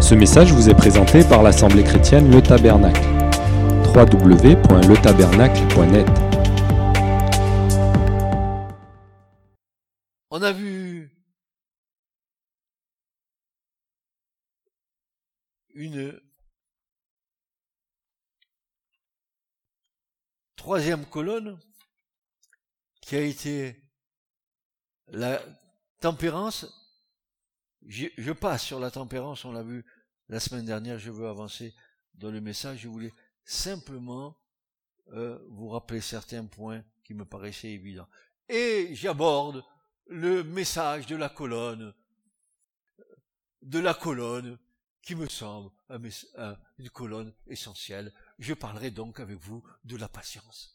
Ce message vous est présenté par l'Assemblée chrétienne Le Tabernacle. www.letabernacle.net. On a vu une troisième colonne qui a été la tempérance. Je passe sur la tempérance, on l'a vu la semaine dernière, je veux avancer dans le message, je voulais simplement vous rappeler certains points qui me paraissaient évidents. Et j'aborde le message de la colonne qui me semble une colonne essentielle. Je parlerai donc avec vous de la patience.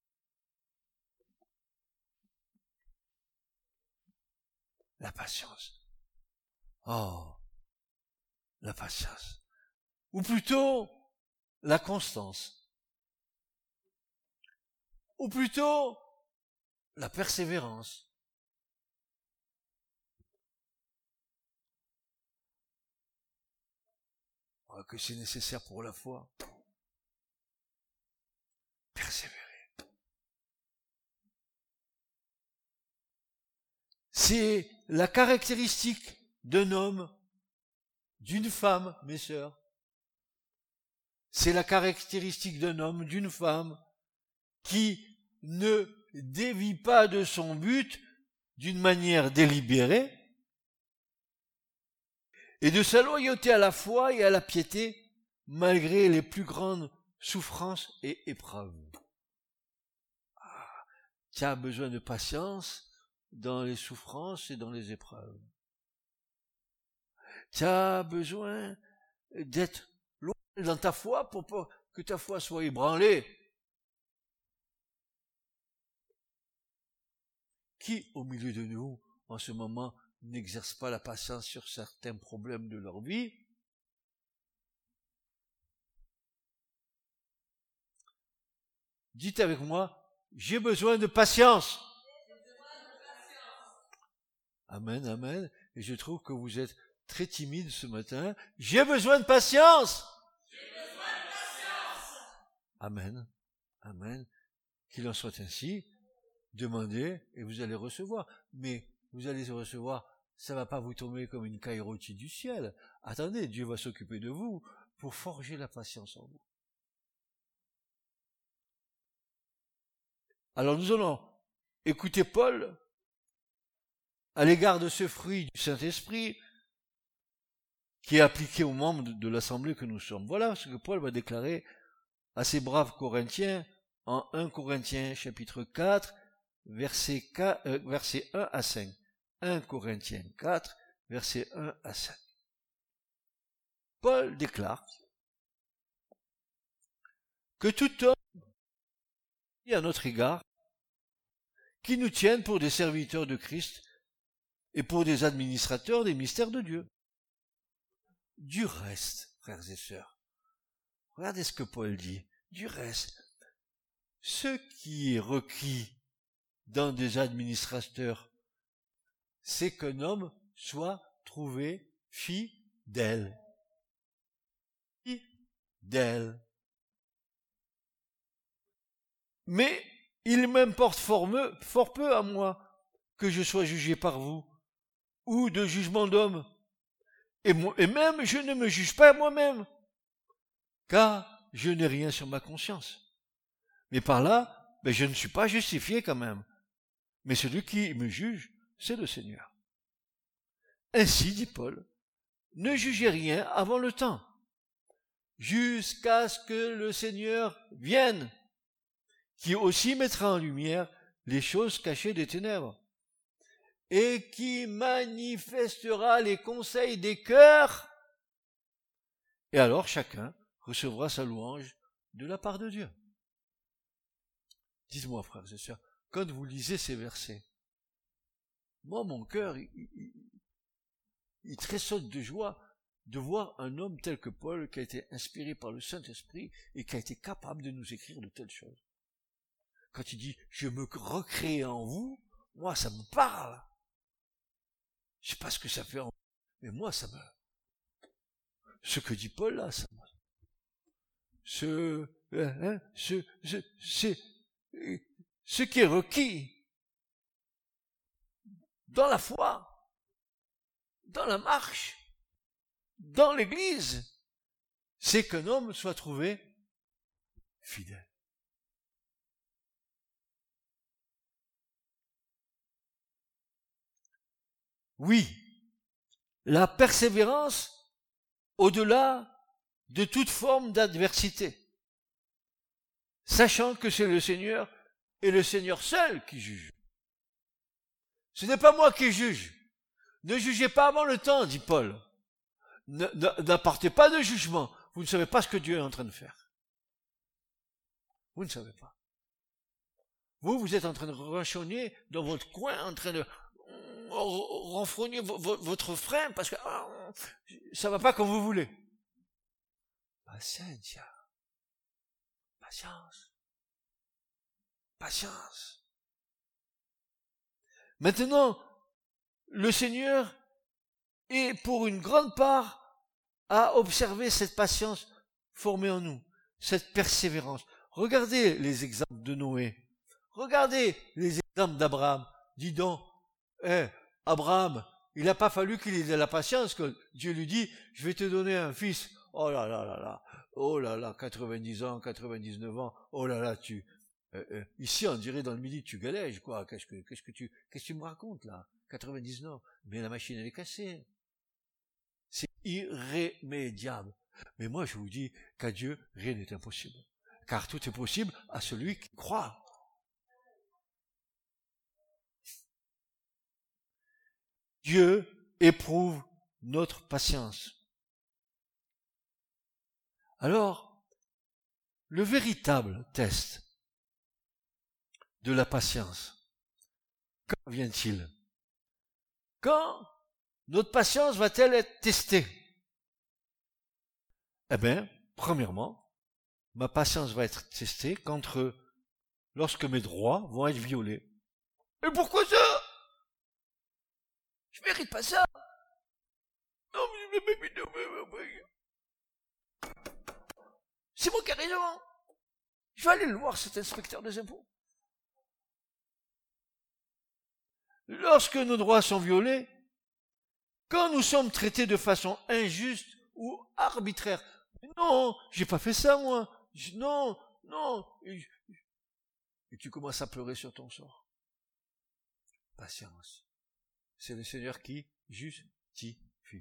La patience. Oh, la patience. Ou plutôt, la constance. Ou plutôt, la persévérance. Que c'est nécessaire pour la foi. Persévérer. C'est la caractéristique d'un homme, d'une femme, mes sœurs. C'est la caractéristique d'un homme, d'une femme, qui ne dévie pas de son but d'une manière délibérée, et de sa loyauté à la foi et à la piété, malgré les plus grandes souffrances et épreuves. Tu as besoin de patience dans les souffrances et dans les épreuves. Tu as besoin d'être loyal dans ta foi pour pas que ta foi soit ébranlée. Qui, au milieu de nous, en ce moment, n'exerce pas la patience sur certains problèmes de leur vie? Dites avec moi, j'ai besoin de patience. Amen, amen. Et je trouve que vous êtes très timide ce matin. J'ai besoin de patience. Amen, amen. Qu'il en soit ainsi. Demandez et vous allez recevoir. Mais vous allez recevoir, ça va pas vous tomber comme une caille rôtie du ciel. Attendez, Dieu va s'occuper de vous pour forger la patience en vous. Alors nous allons écouter Paul à l'égard de ce fruit du Saint-Esprit qui est appliqué aux membres de l'Assemblée que nous sommes. Voilà ce que Paul va déclarer à ces braves Corinthiens en 1 Corinthiens chapitre 4, versets 1 à 5. 1 Corinthiens 4, versets 1 à 5. Paul déclare que tout homme à notre égard qui nous tienne pour des serviteurs de Christ et pour des administrateurs des mystères de Dieu. Du reste, frères et sœurs, regardez ce que Paul dit. Du reste, ce qui est requis dans des administrateurs, c'est qu'un homme soit trouvé fidèle. Fidèle. Mais il m'importe fort peu à moi que je sois jugé par vous, ou de jugement d'homme. Et même je ne me juge pas moi-même, car je n'ai rien sur ma conscience. Mais par là, je ne suis pas justifié quand même. Mais celui qui me juge, c'est le Seigneur. Ainsi, dit Paul, ne jugez rien avant le temps, jusqu'à ce que le Seigneur vienne, qui aussi mettra en lumière les choses cachées des ténèbres, et qui manifestera les conseils des cœurs, et alors chacun recevra sa louange de la part de Dieu. Dites-moi, frères et sœurs, quand vous lisez ces versets, moi, mon cœur, il tressaute de joie de voir un homme tel que Paul, qui a été inspiré par le Saint-Esprit et qui a été capable de nous écrire de telles choses. Quand il dit « je me recrée en vous », moi, ça me parle. Je sais pas ce que ça fait en mais moi, ça me... ce que dit Paul là, ce qui est requis dans la foi, dans la marche, dans l'Église, c'est qu'un homme soit trouvé fidèle. Oui, la persévérance au-delà de toute forme d'adversité, sachant que c'est le Seigneur et le Seigneur seul qui juge. Ce n'est pas moi qui juge. Ne jugez pas avant le temps, dit Paul. N'apportez pas de jugement. Vous ne savez pas ce que Dieu est en train de faire. Vous ne savez pas. Vous êtes en train de renchonner dans votre coin, en train de renfrogner votre frein parce que ça va pas comme vous voulez. Patience. Patience. Maintenant, le Seigneur est pour une grande part à observer cette patience formée en nous, cette persévérance. Regardez les exemples de Noé. Regardez les exemples d'Abraham. Dis donc, Abraham, il n'a pas fallu qu'il ait de la patience que Dieu lui dit, je vais te donner un fils. Oh là là, 90 ans, 99 ans, oh là là, ici on dirait dans le midi tu galèges, quoi, qu'est-ce que tu me racontes là, 99 ans, mais la machine elle est cassée. C'est irrémédiable. Mais moi je vous dis qu'à Dieu rien n'est impossible. Car tout est possible à celui qui croit. Dieu éprouve notre patience. Alors, le véritable test de la patience, quand vient-il? Quand notre patience va-t-elle être testée? Eh bien, premièrement, ma patience va être testée lorsque mes droits vont être violés. Et pourquoi ça? Je mérite pas ça. Non, c'est moi qui ai raison. Je vais aller le voir, cet inspecteur des impôts. Lorsque nos droits sont violés, quand nous sommes traités de façon injuste ou arbitraire, non, j'ai pas fait ça moi, non, et tu commences à pleurer sur ton sort. Patience. C'est le Seigneur qui justifie.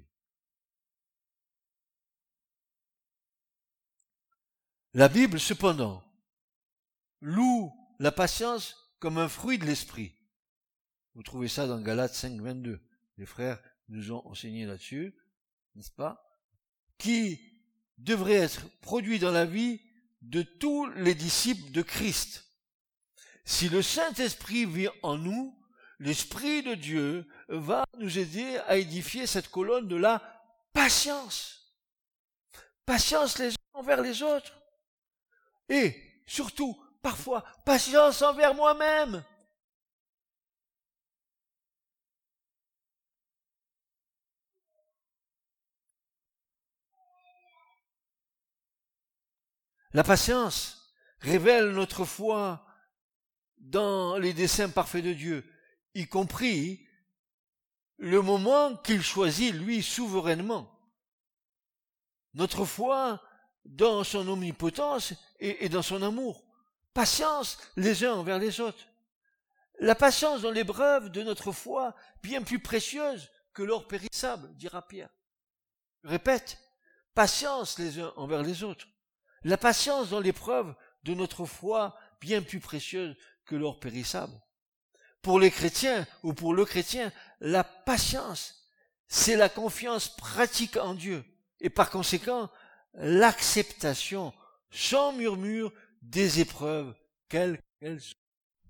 La Bible, cependant, loue la patience comme un fruit de l'esprit. Vous trouvez ça dans Galates 5, 22. Les frères nous ont enseigné là-dessus, n'est-ce pas? Qui devrait être produit dans la vie de tous les disciples de Christ. Si le Saint-Esprit vit en nous, l'Esprit de Dieu va nous aider à édifier cette colonne de la patience. Patience les uns envers les autres. Et, surtout, parfois, patience envers moi-même. La patience révèle notre foi dans les desseins parfaits de Dieu, y compris le moment qu'il choisit, lui, souverainement. Notre foi dans son omnipotence et dans son amour. Patience les uns envers les autres. La patience dans l'épreuve de notre foi, bien plus précieuse que l'or périssable, dira Pierre. Je répète, patience les uns envers les autres. La patience dans l'épreuve de notre foi, bien plus précieuse que l'or périssable. Pour les chrétiens ou pour le chrétien, la patience, c'est la confiance pratique en Dieu et par conséquent, l'acceptation sans murmure des épreuves, quelles qu'elles soient.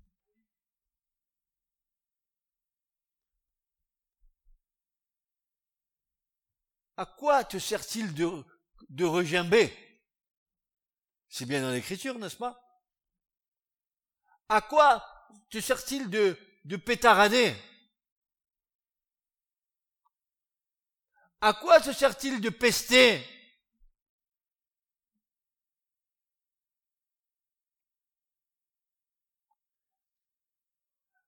À quoi te sert-il de regimber? C'est bien dans l'Écriture, n'est-ce pas? À quoi te sert-il de pétarader? À quoi te sert-il de pester?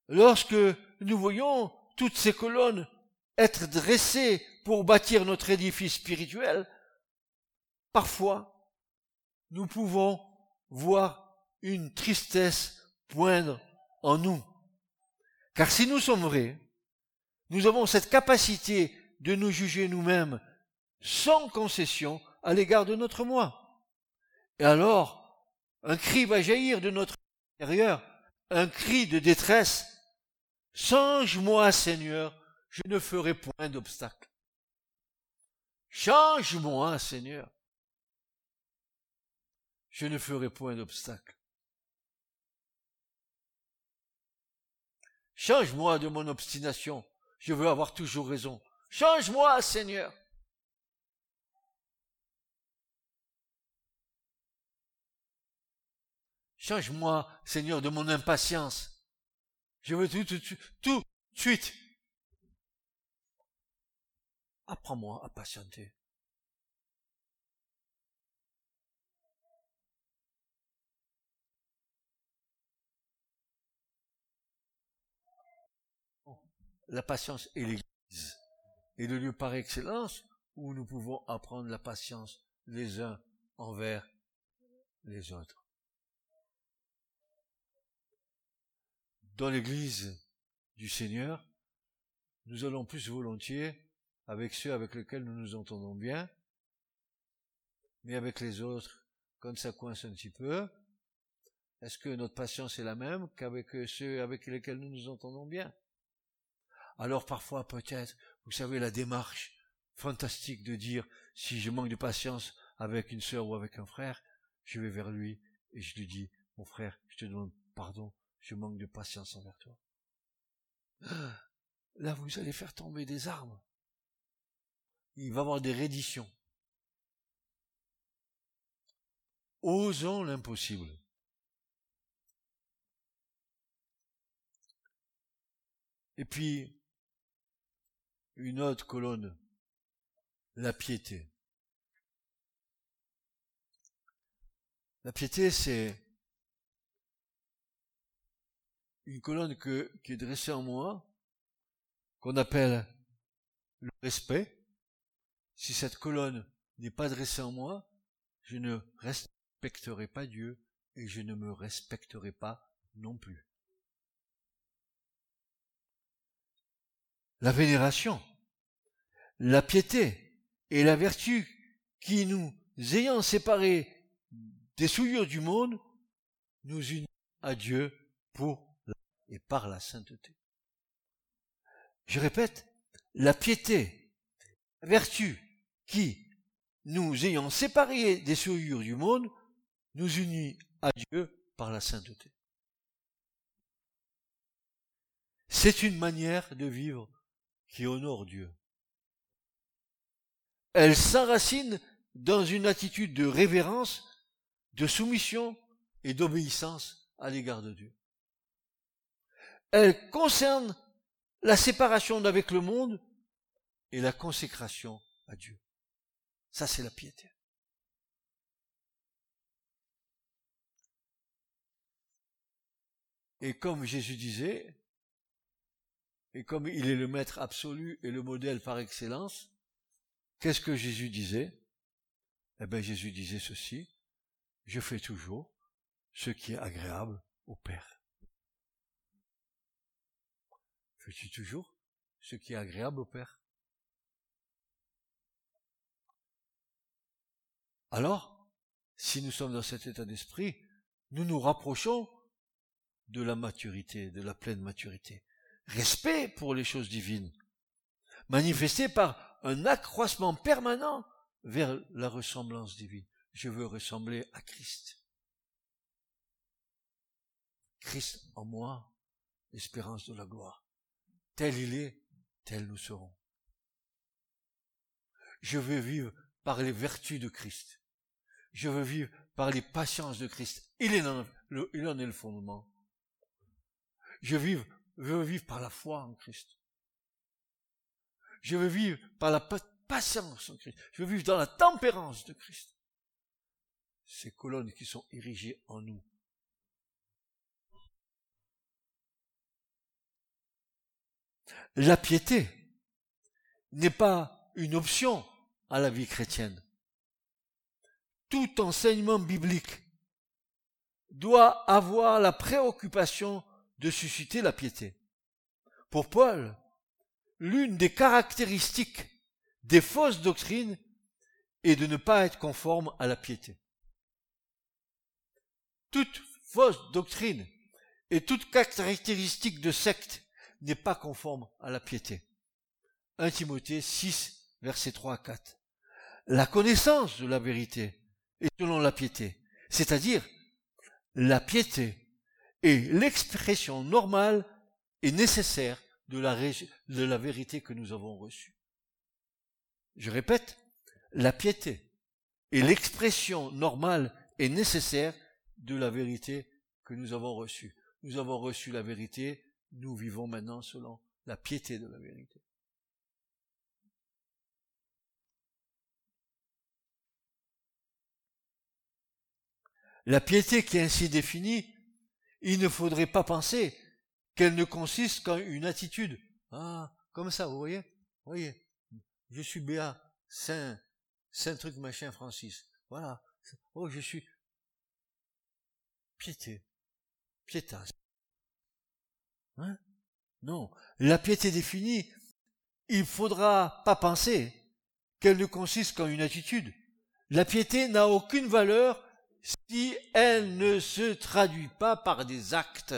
lorsque nous voyons toutes ces colonnes être dressées pour bâtir notre édifice spirituel, parfois, nous pouvons voir une tristesse poindre en nous. Car si nous sommes vrais, nous avons cette capacité de nous juger nous-mêmes sans concession à l'égard de notre moi. Et alors, un cri va jaillir de notre intérieur, un cri de détresse. Change-moi, Seigneur, je ne ferai point d'obstacle. Change-moi, Seigneur, je ne ferai point d'obstacle. Change-moi de mon obstination, je veux avoir toujours raison. Change-moi, Seigneur. Change-moi, Seigneur, de mon impatience. Je veux tout de suite. Apprends-moi à patienter. La patience est l'Église, est le lieu par excellence où nous pouvons apprendre la patience les uns envers les autres. Dans l'Église du Seigneur, nous allons plus volontiers avec ceux avec lesquels nous nous entendons bien, mais avec les autres, quand ça coince un petit peu, est-ce que notre patience est la même qu'avec ceux avec lesquels nous nous entendons bien? Alors parfois peut-être, vous savez, la démarche fantastique de dire, si je manque de patience avec une sœur ou avec un frère, je vais vers lui et je lui dis, mon frère, je te demande pardon, je manque de patience envers toi. Là, vous allez faire tomber des armes. Il va y avoir des redditions. Osons l'impossible. Et puis, une autre colonne, la piété. La piété, c'est une colonne qui est dressée en moi, qu'on appelle le respect. Si cette colonne n'est pas dressée en moi, je ne respecterai pas Dieu et je ne me respecterai pas non plus. La vénération, la piété et la vertu qui nous ayant séparés des souillures du monde, nous unissent à Dieu pour et par la sainteté. Je répète, la piété, la vertu qui, nous ayant séparés des souillures du monde, nous unit à Dieu par la sainteté. C'est une manière de vivre qui honore Dieu. Elle s'enracine dans une attitude de révérence, de soumission et d'obéissance à l'égard de Dieu. Elle concerne la séparation d'avec le monde et la consécration à Dieu. Ça, c'est la piété. Et comme Jésus disait, et comme il est le maître absolu et le modèle par excellence, qu'est-ce que Jésus disait? Eh bien, Jésus disait ceci, je fais toujours ce qui est agréable au Père. Fais-tu toujours ce qui est agréable au Père? Alors, si nous sommes dans cet état d'esprit, nous nous rapprochons de la maturité, de la pleine maturité. Respect pour les choses divines, manifesté par un accroissement permanent vers la ressemblance divine. Je veux ressembler à Christ. Christ en moi, l'espérance de la gloire. Tel il est, tel nous serons. Je veux vivre par les vertus de Christ. Je veux vivre par les patiences de Christ. Il en est le fondement. Je veux vivre par la foi en Christ. Je veux vivre par la patience en Christ. Je veux vivre dans la tempérance de Christ. Ces colonnes qui sont érigées en nous. La piété n'est pas une option à la vie chrétienne. Tout enseignement biblique doit avoir la préoccupation de susciter la piété. Pour Paul, l'une des caractéristiques des fausses doctrines est de ne pas être conforme à la piété. Toute fausse doctrine et toute caractéristique de secte n'est pas conforme à la piété. 1 Timothée 6, versets 3 à 4. La connaissance de la vérité est selon la piété, c'est-à-dire la piété est l'expression normale et nécessaire de la vérité que nous avons reçue. Je répète, la piété est l'expression normale et nécessaire de la vérité que nous avons reçue. Nous avons reçu la vérité, nous vivons maintenant selon la piété de la vérité. La piété qui est ainsi définie, il ne faudrait pas penser qu'elle ne consiste qu'en une attitude. Ah, comme ça, vous voyez? Je suis béat, saint truc machin Francis. Voilà. Oh, je suis piété, piétasse. Hein? Non. La piété définie, il faudra pas penser qu'elle ne consiste qu'en une attitude. La piété n'a aucune valeur si elle ne se traduit pas par des actes.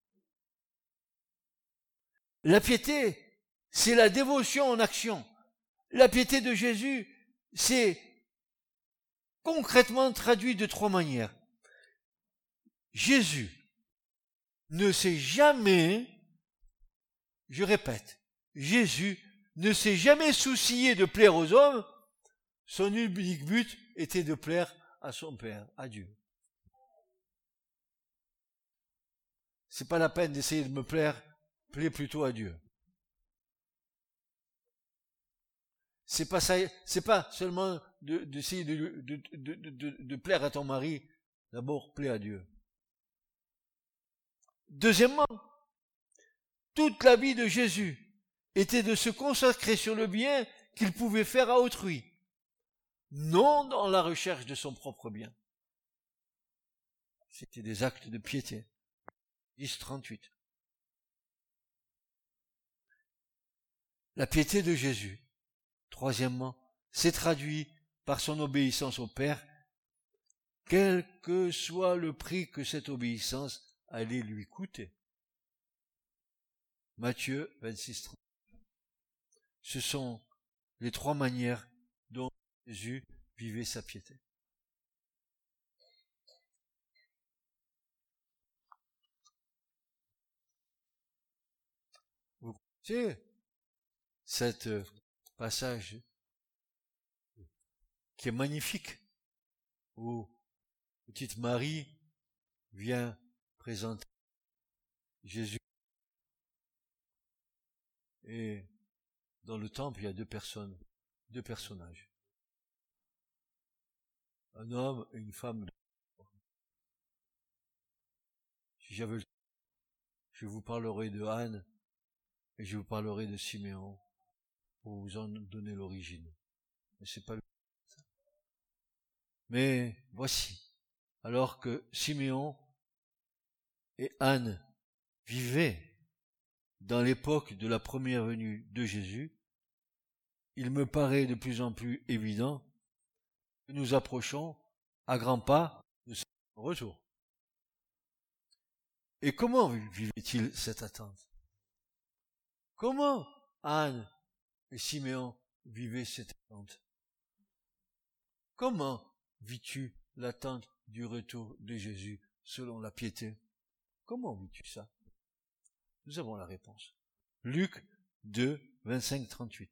La piété, c'est la dévotion en action. La piété de Jésus, c'est concrètement traduit de 3 manières. Jésus ne s'est jamais, je répète, Jésus ne s'est jamais soucié de plaire aux hommes, son unique but était de plaire à son Père, à Dieu. C'est pas la peine d'essayer de me plaire, plaît plutôt à Dieu. C'est pas seulement d'essayer de plaire à ton mari, d'abord plaît à Dieu. Deuxièmement, toute la vie de Jésus était de se consacrer sur le bien qu'il pouvait faire à autrui, non dans la recherche de son propre bien. C'était des actes de piété. 10:38. La piété de Jésus, troisièmement, s'est traduit par son obéissance au Père, quel que soit le prix que cette obéissance allait lui coûter. Matthieu 26:30. Ce sont les 3 manières dont Jésus vivait sa piété. Vous connaissez cet passage qui est magnifique, où petite Marie vient présenter Jésus. Et dans le temple, il y a deux personnages. Un homme et une femme. Si j'avais le temps, je vous parlerai de Anne et je vous parlerai de Siméon pour vous en donner l'origine. Mais c'est pas le cas. Mais voici, alors que Siméon et Anne vivaient dans l'époque de la première venue de Jésus, il me paraît de plus en plus évident que nous approchons à grands pas de son retour. Et comment vivait-il cette attente? Comment Anne et Siméon vivaient cette attente? Comment vis-tu l'attente du retour de Jésus selon la piété? Comment vis-tu ça? Nous avons la réponse. Luc 2, 25-38.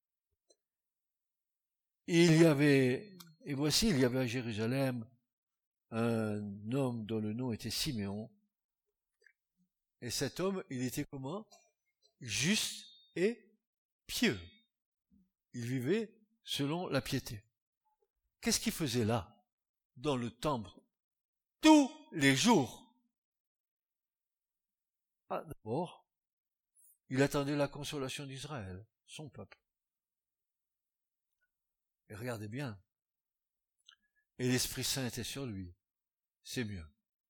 Et voici, il y avait à Jérusalem un homme dont le nom était Siméon. Et cet homme, il était comment? Juste et pieux. Il vivait selon la piété. Qu'est-ce qu'il faisait là, dans le temple, tous les jours? D'abord, Il attendait la consolation d'Israël, son peuple. Et regardez bien. Et l'Esprit Saint était sur lui. C'est mieux.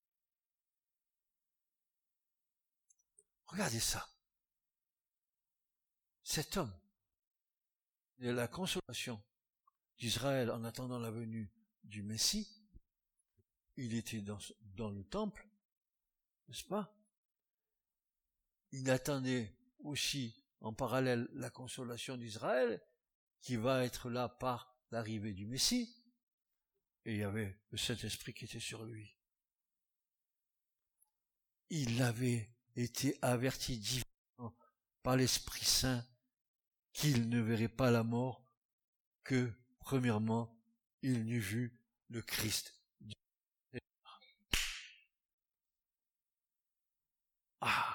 Regardez ça. Cet homme, il a la consolation d'Israël en attendant la venue du Messie. Il était dans le temple, n'est-ce pas? Il attendait aussi en parallèle la consolation d'Israël, qui va être là par l'arrivée du Messie. Et il y avait le Saint-Esprit qui était sur lui. Il avait été averti divinement par l'Esprit Saint qu'il ne verrait pas la mort que, premièrement, il n'eût vu le Christ. Ah!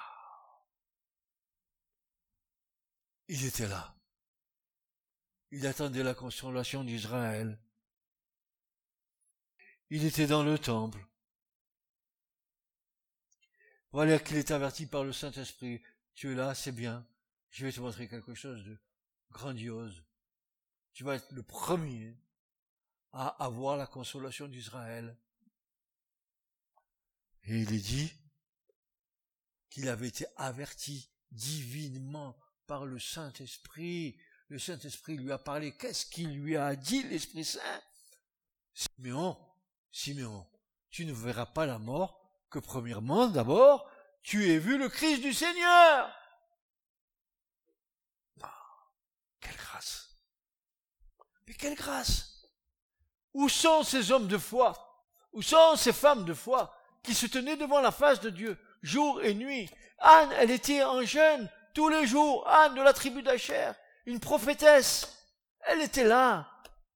Il était là. Il attendait la consolation d'Israël. Il était dans le temple. Voilà qu'il est averti par le Saint-Esprit. Tu es là, c'est bien. Je vais te montrer quelque chose de grandiose. Tu vas être le premier à avoir la consolation d'Israël. Et il est dit qu'il avait été averti divinement par le Saint-Esprit. Le Saint-Esprit lui a parlé. Qu'est-ce qu'il lui a dit, l'Esprit Saint? Siméon, tu ne verras pas la mort que premièrement, d'abord, tu aies vu le Christ du Seigneur. Ah, quelle grâce! Mais quelle grâce! Où sont ces hommes de foi? Où sont ces femmes de foi qui se tenaient devant la face de Dieu, jour et nuit? Anne, elle était en jeûne tous les jours, Anne de la tribu d'Acher, une prophétesse. Elle était là.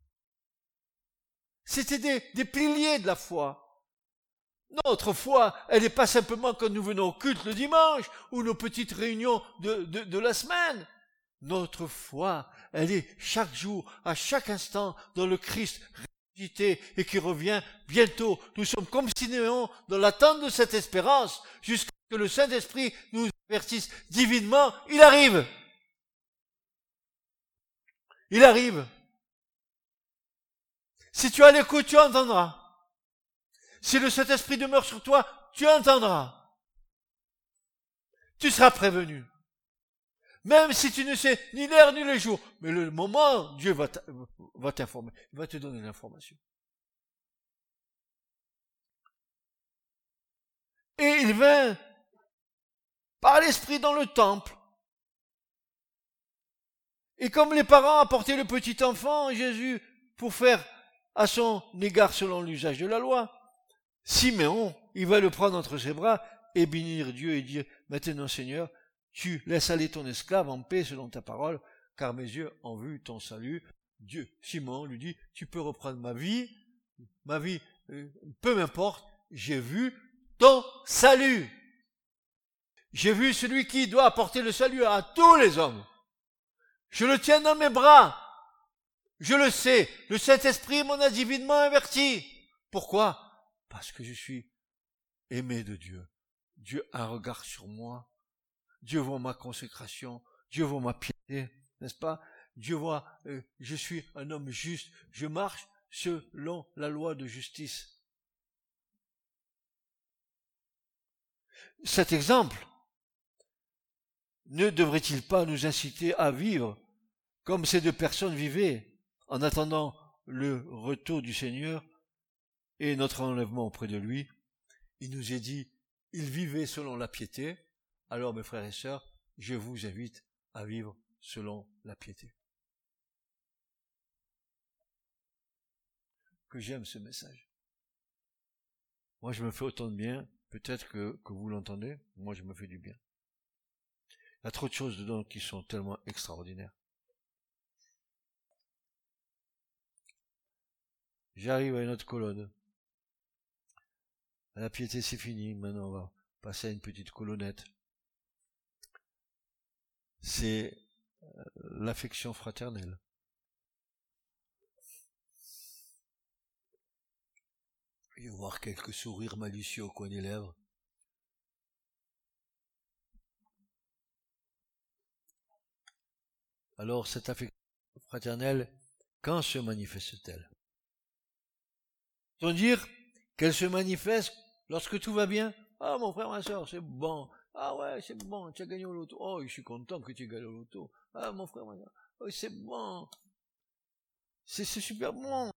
C'était des piliers de la foi. Notre foi, elle n'est pas simplement quand nous venons au culte le dimanche ou nos petites réunions de la semaine. Notre foi, elle est chaque jour, à chaque instant, dans le Christ ressuscité et qui revient bientôt. Nous sommes comme Siméon dans l'attente de cette espérance jusqu'à ce que le Saint-Esprit nous avertisse divinement. Il arrive. Il arrive. Si tu as l'écoute, tu entendras. Si le Saint-Esprit demeure sur toi, tu entendras. Tu seras prévenu. Même si tu ne sais ni l'heure ni le jour. Mais le moment, Dieu va t'informer. Il va te donner l'information. Et il vint par l'Esprit dans le temple. Et comme les parents apportaient le petit enfant, Jésus, pour faire à son égard selon l'usage de la loi, Siméon, il va le prendre entre ses bras et bénir Dieu et dire, maintenant Seigneur, tu laisses aller ton esclave en paix selon ta parole, car mes yeux ont vu ton salut. Dieu, Siméon lui dit, tu peux reprendre ma vie, peu m'importe, j'ai vu ton salut. J'ai vu celui qui doit apporter le salut à tous les hommes. Je le tiens dans mes bras. Je le sais, le Saint-Esprit m'en a divinement averti. Pourquoi? Parce que je suis aimé de Dieu. Dieu a un regard sur moi. Dieu voit ma consécration. Dieu voit ma piété, n'est-ce pas? Dieu voit, je suis un homme juste. Je marche selon la loi de justice. Cet exemple ne devrait-il pas nous inciter à vivre comme ces deux personnes vivaient en attendant le retour du Seigneur et notre enlèvement auprès de lui? Il nous est dit, il vivait selon la piété. Alors mes frères et sœurs, je vous invite à vivre selon la piété. Que j'aime ce message. Moi je me fais autant de bien, peut-être que vous l'entendez, moi je me fais du bien. Il y a trop de choses dedans qui sont tellement extraordinaires. J'arrive à une autre colonne. La piété c'est fini, maintenant on va passer à une petite colonnette. C'est l'affection fraternelle. Il va y avoir quelques sourires malicieux au coin des lèvres. alors cette affection fraternelle, quand se manifeste-t-elle? Sans dire qu'elle se manifeste lorsque tout va bien. Ah, mon frère, ma soeur, c'est bon. Ah ouais, c'est bon, tu as gagné au loto. Oh, je suis content que tu aies gagné au loto. Ah, mon frère, ma soeur, oh, c'est bon. C'est super bon.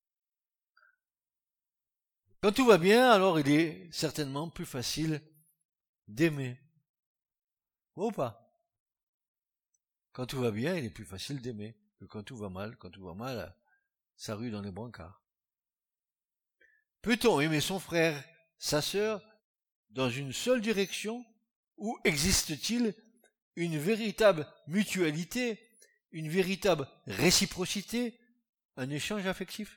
Quand tout va bien, alors il est certainement plus facile d'aimer. Ou pas? Quand tout va bien, il est plus facile d'aimer que quand tout va mal. Quand tout va mal, ça rue dans les brancards. Peut-on aimer son frère, sa sœur, dans une seule direction, ou existe-t-il une véritable mutualité, une véritable réciprocité, un échange affectif?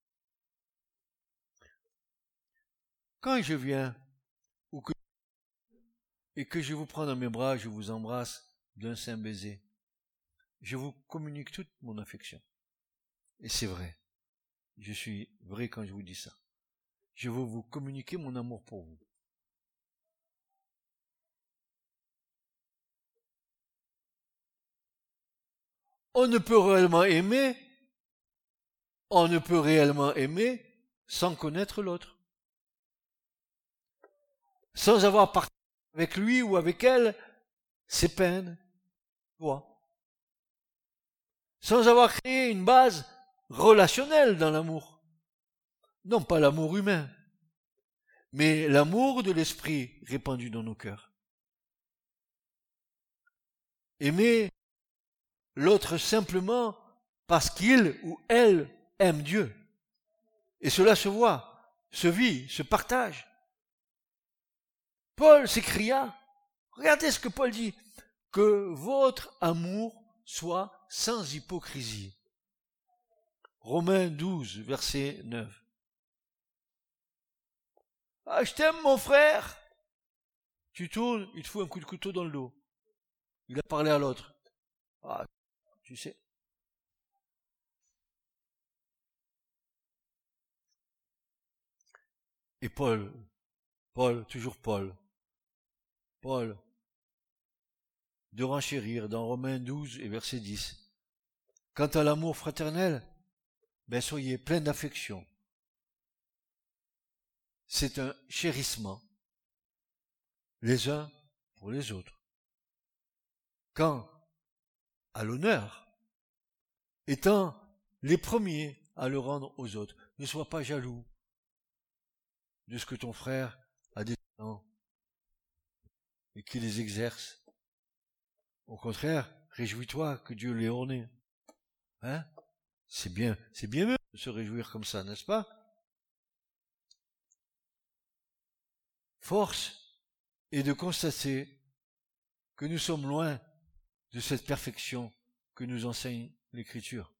Quand je viens et que je vous prends dans mes bras, je vous embrasse d'un saint baiser, je vous communique toute mon affection. Et c'est vrai. Je suis vrai quand je vous dis ça. Je veux vous communiquer mon amour pour vous. On ne peut réellement aimer sans connaître l'autre. Sans avoir partagé avec lui ou avec elle ses peines, joie. Sans avoir créé une base relationnelle dans l'amour. Non pas l'amour humain, mais l'amour de l'esprit répandu dans nos cœurs. Aimer l'autre simplement parce qu'il ou elle aime Dieu. Et cela se voit, se vit, se partage. Paul s'écria, regardez ce que Paul dit, que votre amour soit sans hypocrisie. Romains 12, verset 9. Ah, je t'aime mon frère. Tu tournes, il te fout un coup de couteau dans le dos. Il a parlé à l'autre. Ah, tu sais. Et Paul, de renchérir dans Romains 12 et verset 10. Quant à l'amour fraternel, soyez pleins d'affection. C'est un chérissement, les uns pour les autres. Quant à l'honneur, étant les premiers à le rendre aux autres, ne sois pas jaloux de ce que ton frère a des talents et qu'il les exerce. Au contraire, réjouis-toi que Dieu l'ait orné. Hein? C'est bien mieux de se réjouir comme ça, n'est-ce pas? Force est de constater que nous sommes loin de cette perfection que nous enseigne l'Écriture.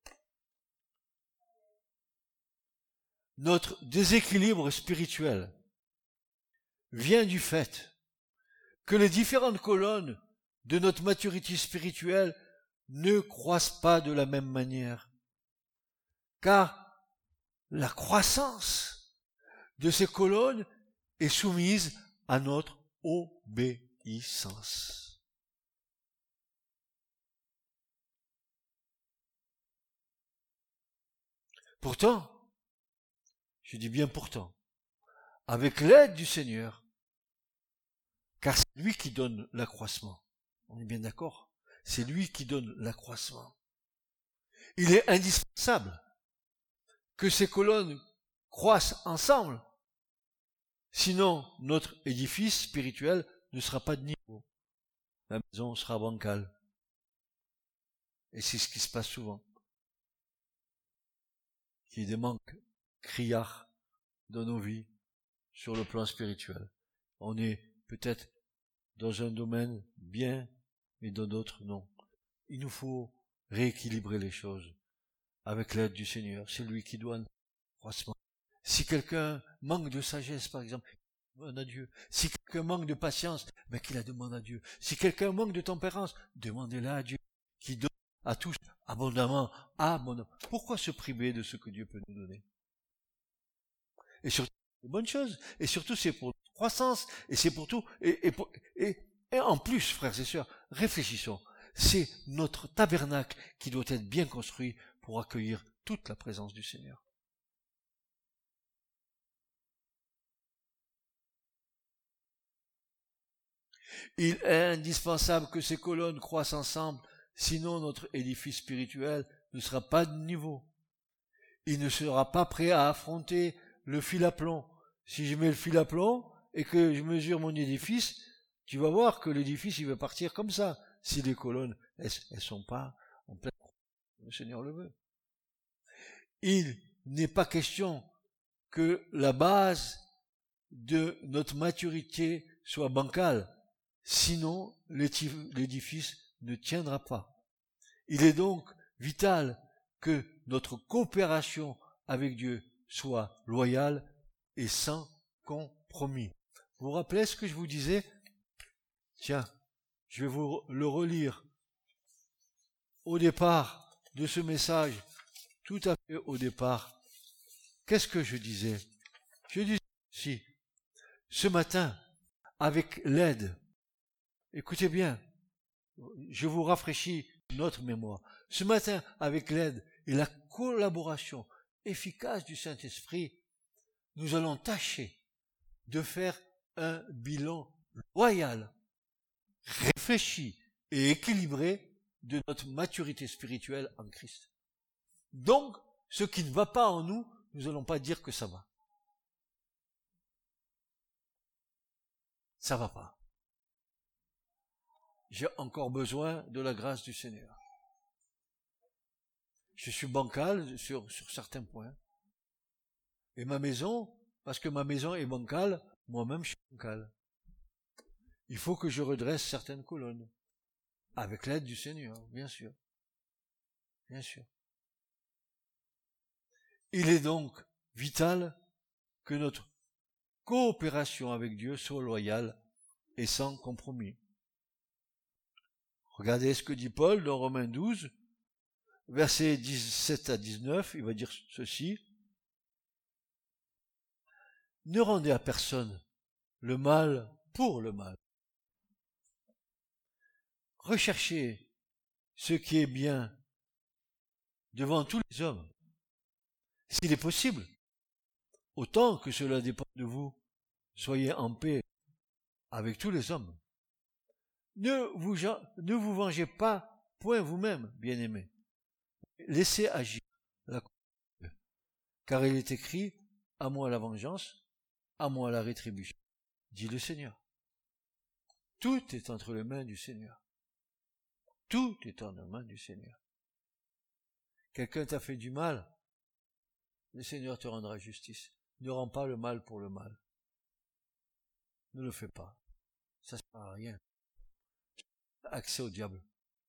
Notre déséquilibre spirituel vient du fait que les différentes colonnes de notre maturité spirituelle ne croissent pas de la même manière. Car la croissance de ces colonnes est soumise à notre obéissance. Pourtant, je dis bien pourtant, avec l'aide du Seigneur, car c'est lui qui donne l'accroissement. On est bien d'accord? C'est lui qui donne l'accroissement. Il est indispensable que ces colonnes croissent ensemble, sinon notre édifice spirituel ne sera pas de niveau. La maison sera bancale. Et c'est ce qui se passe souvent. Il y a des manques criards dans nos vies sur le plan spirituel. On est peut-être dans un domaine bien, mais dans d'autres non. Il nous faut rééquilibrer les choses avec l'aide du Seigneur. C'est lui qui doit croissement. Si quelqu'un manque de sagesse, par exemple, il demande à Dieu. Si quelqu'un manque de patience, qu'il la demande à Dieu. Si quelqu'un manque de tempérance, demandez-la à Dieu, qui donne à tous abondamment. Pourquoi se priver de ce que Dieu peut nous donner? Et surtout, c'est une bonne chose. Et surtout, c'est pour notre croissance. Et c'est pour tout. Et en plus, frères et sœurs, réfléchissons. C'est notre tabernacle qui doit être bien construit pour accueillir toute la présence du Seigneur. Il est indispensable que ces colonnes croissent ensemble, sinon notre édifice spirituel ne sera pas de niveau. Il ne sera pas prêt à affronter le fil à plomb. Si je mets le fil à plomb et que je mesure mon édifice, tu vas voir que l'édifice il va partir comme ça, si les colonnes elles sont pas en pleine. Le Seigneur le veut. Il n'est pas question que la base de notre maturité soit bancale, sinon l'édifice ne tiendra pas. Il est donc vital que notre coopération avec Dieu soit loyale et sans compromis. Vous vous rappelez ce que je vous disais? Tiens, je vais vous le relire. Au départ de ce message, tout à fait au départ, qu'est-ce que je disais? Je disais si, ce matin, avec l'aide, écoutez bien, je vous rafraîchis notre mémoire. Ce matin, avec l'aide et la collaboration efficace du Saint-Esprit, nous allons tâcher de faire un bilan loyal, réfléchi et équilibré de notre maturité spirituelle en Christ. Donc, ce qui ne va pas en nous, nous n'allons pas dire que ça va. Ça va pas. J'ai encore besoin de la grâce du Seigneur. Je suis bancal sur certains points. Et ma maison, parce que ma maison est bancale, moi-même je suis bancal. Il faut que je redresse certaines colonnes. Avec l'aide du Seigneur, bien sûr. Bien sûr. Il est donc vital que notre coopération avec Dieu soit loyale et sans compromis. Regardez ce que dit Paul dans Romains 12, versets 17 à 19, il va dire ceci. Ne rendez à personne le mal pour le mal. Recherchez ce qui est bien devant tous les hommes. S'il est possible, autant que cela dépend de vous, soyez en paix avec tous les hommes. Ne vous vengez pas point vous-même, bien-aimés. Laissez agir la colère, car il est écrit, à moi la vengeance, à moi la rétribution, dit le Seigneur. Tout est entre les mains du Seigneur. Tout est entre les mains du Seigneur. Quelqu'un t'a fait du mal, le Seigneur te rendra justice. Ne rends pas le mal pour le mal. Ne le fais pas. Ça ne sert à rien. Accès au diable.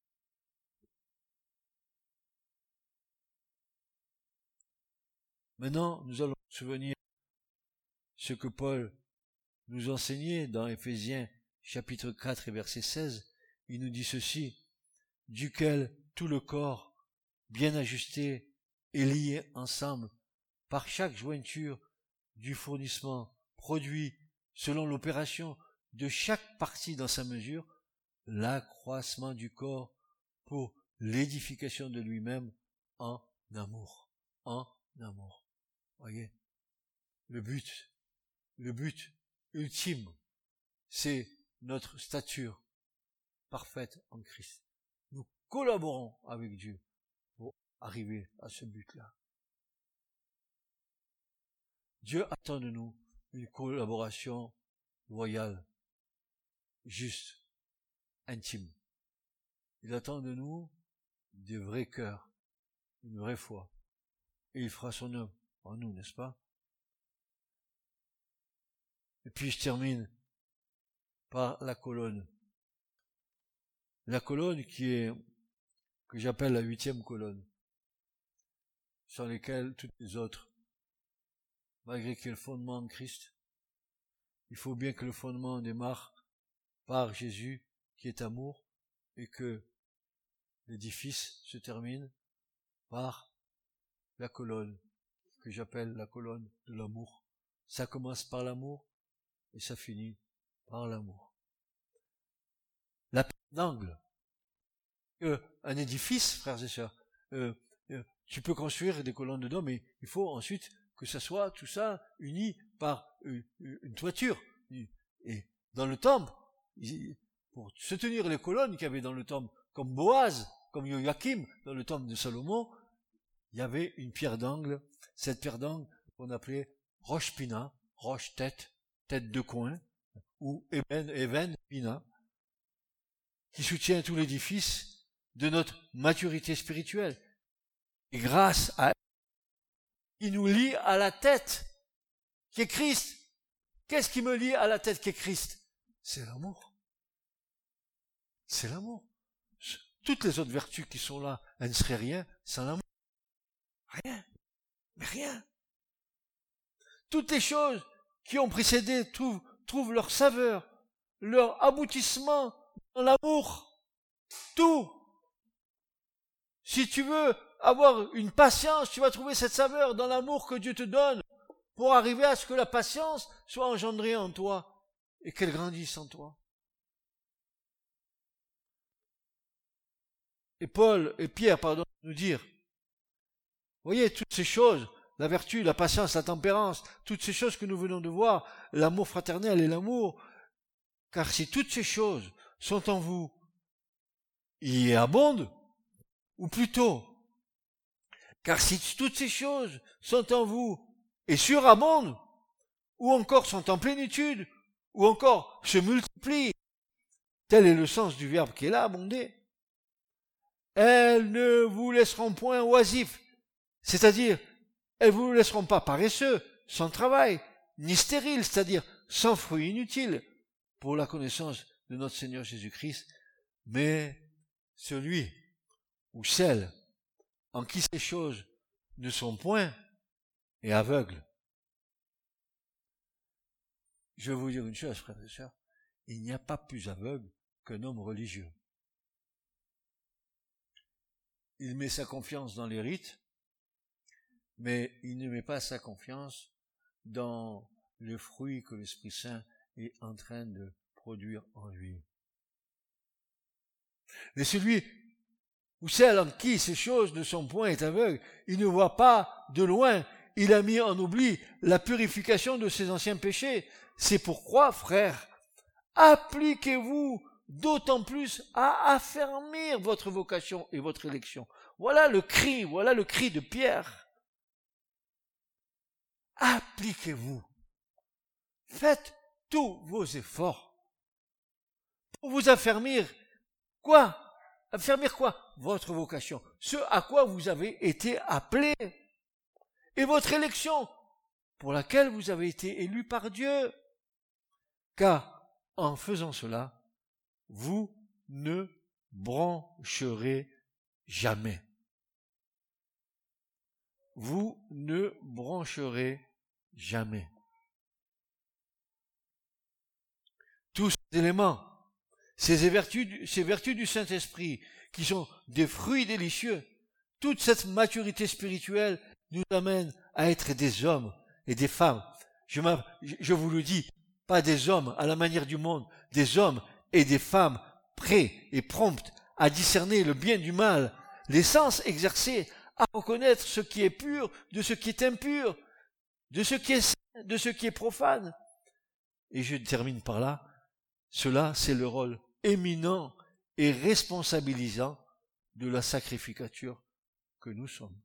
Maintenant, nous allons nous souvenir ce que Paul nous enseignait dans Éphésiens chapitre 4 et verset 16. Il nous dit ceci, duquel tout le corps, bien ajusté et lié ensemble par chaque jointure du fournissement produit selon l'opération de chaque partie dans sa mesure, l'accroissement du corps pour l'édification de lui-même en amour. En amour. Voyez, le but ultime, c'est notre stature parfaite en Christ. Nous collaborons avec Dieu pour arriver à ce but-là. Dieu attend de nous une collaboration loyale, juste, intime. Il attend de nous des vrais cœurs, une vraie foi. Et il fera son œuvre en nous, n'est-ce pas? Et puis je termine par la colonne. La colonne que j'appelle la 8e colonne, sur lesquelles toutes les autres, malgré qu'il y ait le fondement en Christ, il faut bien que le fondement démarre par Jésus, qui est amour, et que l'édifice se termine par la colonne, que j'appelle la colonne de l'amour. Ça commence par l'amour, et ça finit par l'amour. La peine d'angle Un édifice, frères et sœurs, tu peux construire des colonnes dedans, mais il faut ensuite que ça soit tout ça uni par une toiture. Et dans le temple, pour soutenir les colonnes qu'il y avait dans le temple, comme Boaz, comme Joachim, dans le temple de Salomon, il y avait une pierre d'angle, cette pierre d'angle qu'on appelait roche pina, roche tête, tête de coin, ou even pina, qui soutient tout l'édifice de notre maturité spirituelle. Et grâce à elle, il nous lie à la tête, qui est Christ. Qu'est-ce qui me lie à la tête qui est Christ? C'est l'amour. C'est l'amour. Toutes les autres vertus qui sont là, elles ne seraient rien sans l'amour. Rien. Mais rien. Toutes les choses qui ont précédé trouvent leur saveur, leur aboutissement dans l'amour. Tout. Si tu veux avoir une patience, tu vas trouver cette saveur dans l'amour que Dieu te donne pour arriver à ce que la patience soit engendrée en toi et qu'elle grandisse en toi. Et Pierre, nous dire, voyez, toutes ces choses, la vertu, la patience, la tempérance, toutes ces choses que nous venons de voir, l'amour fraternel et l'amour, car si toutes ces choses sont en vous, il y abonde, ou plutôt, car si toutes ces choses sont en vous et surabondent, ou encore sont en plénitude, ou encore se multiplient, tel est le sens du verbe qui est là, abonder, elles ne vous laisseront point oisifs, c'est-à-dire, elles ne vous laisseront pas paresseux, sans travail, ni stériles, c'est-à-dire sans fruits inutiles, pour la connaissance de notre Seigneur Jésus-Christ, mais celui ou celle en qui ces choses ne sont point est aveugle. Je vais vous dire une chose, frères et sœurs, il n'y a pas plus aveugle qu'un homme religieux. Il met sa confiance dans les rites, mais il ne met pas sa confiance dans le fruit que l'Esprit Saint est en train de produire en lui. Et celui ou celle en qui ces choses ne sont point est aveugle, il ne voit pas de loin, il a mis en oubli la purification de ses anciens péchés. C'est pourquoi, frères, appliquez-vous d'autant plus à affermir votre vocation et votre élection. Voilà le cri de Pierre. Appliquez-vous. Faites tous vos efforts pour vous affermir. Quoi? Affermir quoi? Votre vocation. Ce à quoi vous avez été appelés. Et votre élection, pour laquelle vous avez été élus par Dieu. Car, en faisant cela, vous ne brancherez jamais. Vous ne brancherez jamais. Tous ces éléments, ces vertus du Saint-Esprit, qui sont des fruits délicieux, toute cette maturité spirituelle nous amène à être des hommes et des femmes. Je vous le dis, pas des hommes à la manière du monde, des hommes et des femmes prêts et promptes à discerner le bien du mal, les sens exercés à reconnaître ce qui est pur de ce qui est impur, de ce qui est saint, de ce qui est profane. Et je termine par là. Cela, c'est le rôle éminent et responsabilisant de la sacrificature que nous sommes.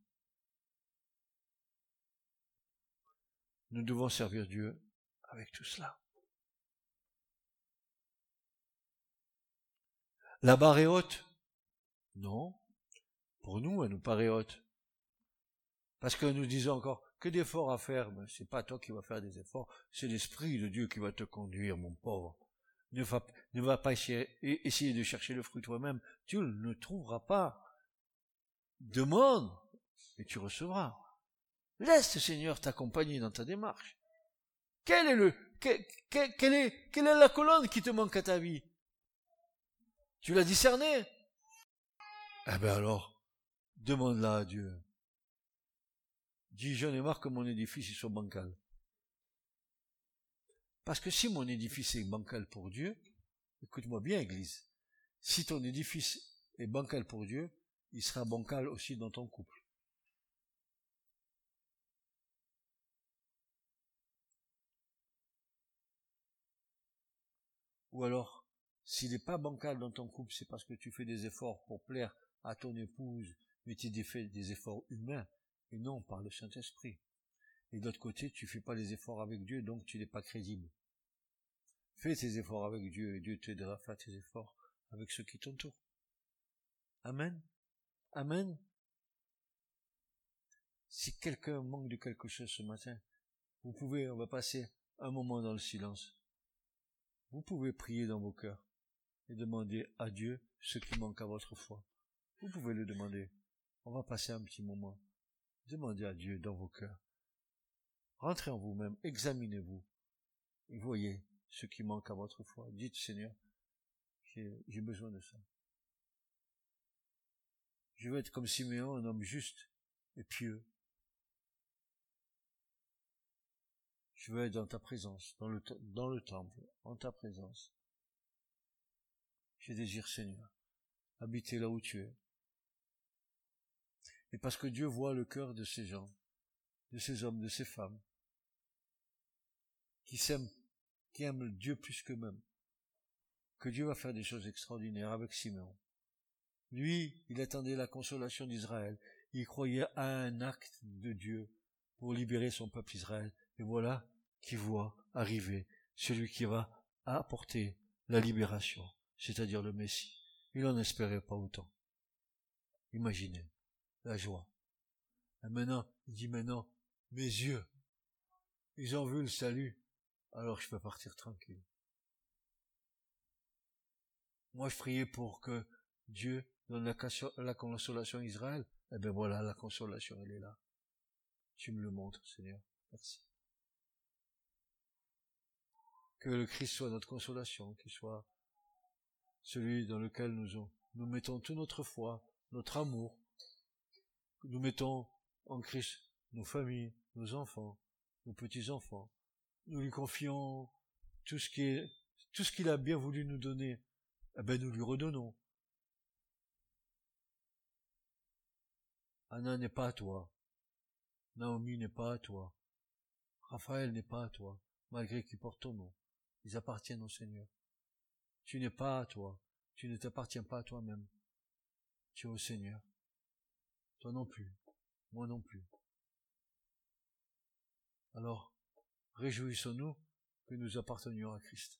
Nous devons servir Dieu avec tout cela. La barre est haute? Non. Pour nous, elle nous paraît haute. Parce que nous disons encore, que d'efforts à faire? Mais c'est pas toi qui vas faire des efforts, c'est l'Esprit de Dieu qui va te conduire, mon pauvre. Ne va pas essayer de chercher le fruit toi-même, tu ne le trouveras pas. Demande, et tu recevras. Laisse le Seigneur t'accompagner dans ta démarche. Quelle est la colonne qui te manque à ta vie? Tu l'as discerné? Eh bien alors, demande-la à Dieu. Dis, j'en ai marre que mon édifice soit bancal. Parce que si mon édifice est bancal pour Dieu, écoute-moi bien, Église, si ton édifice est bancal pour Dieu, il sera bancal aussi dans ton couple. Ou alors, s'il n'est pas bancal dans ton couple, c'est parce que tu fais des efforts pour plaire à ton épouse, mais tu fais des efforts humains, et non par le Saint-Esprit. Et d'autre côté, tu fais pas les efforts avec Dieu, donc tu n'es pas crédible. Fais tes efforts avec Dieu, et Dieu t'aidera à faire tes efforts avec ceux qui t'entourent. Amen. Amen. Si quelqu'un manque de quelque chose ce matin, on va passer un moment dans le silence. Vous pouvez prier dans vos cœurs et demander à Dieu ce qui manque à votre foi. Vous pouvez le demander. On va passer un petit moment. Demandez à Dieu dans vos cœurs. Rentrez en vous-même, examinez-vous et voyez ce qui manque à votre foi. Dites, Seigneur, j'ai besoin de ça. Je veux être comme Siméon, un homme juste et pieux. Je veux être dans ta présence, dans le temple, en ta présence. Je désire, Seigneur, habiter là où tu es. Et parce que Dieu voit le cœur de ces gens, de ces hommes, de ces femmes, qui aiment Dieu plus qu'eux-mêmes, que Dieu va faire des choses extraordinaires avec Siméon. Lui, il attendait la consolation d'Israël. Il croyait à un acte de Dieu pour libérer son peuple Israël. Et voilà qu'il voit arriver celui qui va apporter la libération, c'est-à-dire le Messie. Il n'en espérait pas autant. Imaginez la joie. Et maintenant, il dit maintenant, mes yeux, ils ont vu le salut, alors je peux partir tranquille. Moi, je priais pour que Dieu donne la consolation à Israël. Eh bien voilà, la consolation, elle est là. Tu me le montres, Seigneur. Merci. Que le Christ soit notre consolation, qu'il soit celui dans lequel nous mettons toute notre foi, notre amour. Nous mettons en Christ nos familles, nos enfants, nos petits-enfants. Nous lui confions tout ce qu'il a bien voulu nous donner. Eh bien, nous lui redonnons. Anna n'est pas à toi. Naomi n'est pas à toi. Raphaël n'est pas à toi, malgré qu'ils portent ton nom. Ils appartiennent au Seigneur. Tu n'es pas à toi. Tu ne t'appartiens pas à toi-même. Tu es au Seigneur. Toi non plus. Moi non plus. Alors, réjouissons-nous que nous appartenions à Christ.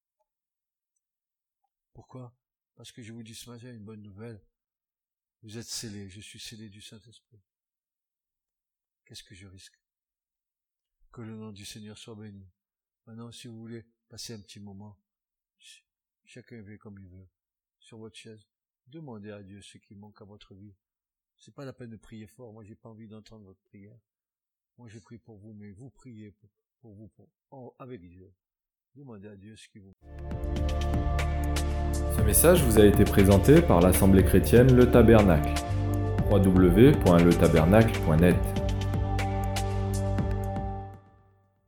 Pourquoi? Parce que je vous dis ce matin une bonne nouvelle. Vous êtes scellés, je suis scellé du Saint-Esprit. Qu'est-ce que je risque? Que le nom du Seigneur soit béni. Maintenant, si vous voulez passer un petit moment, chacun fait comme il veut, sur votre chaise, demandez à Dieu ce qui manque à votre vie. C'est pas la peine de prier fort, moi j'ai pas envie d'entendre votre prière. Moi je prie pour vous, mais vous priez pour vous, avec Dieu. Demandez à Dieu ce qui vous manque. Ce message vous a été présenté par l'Assemblée chrétienne Le Tabernacle. www.letabernacle.net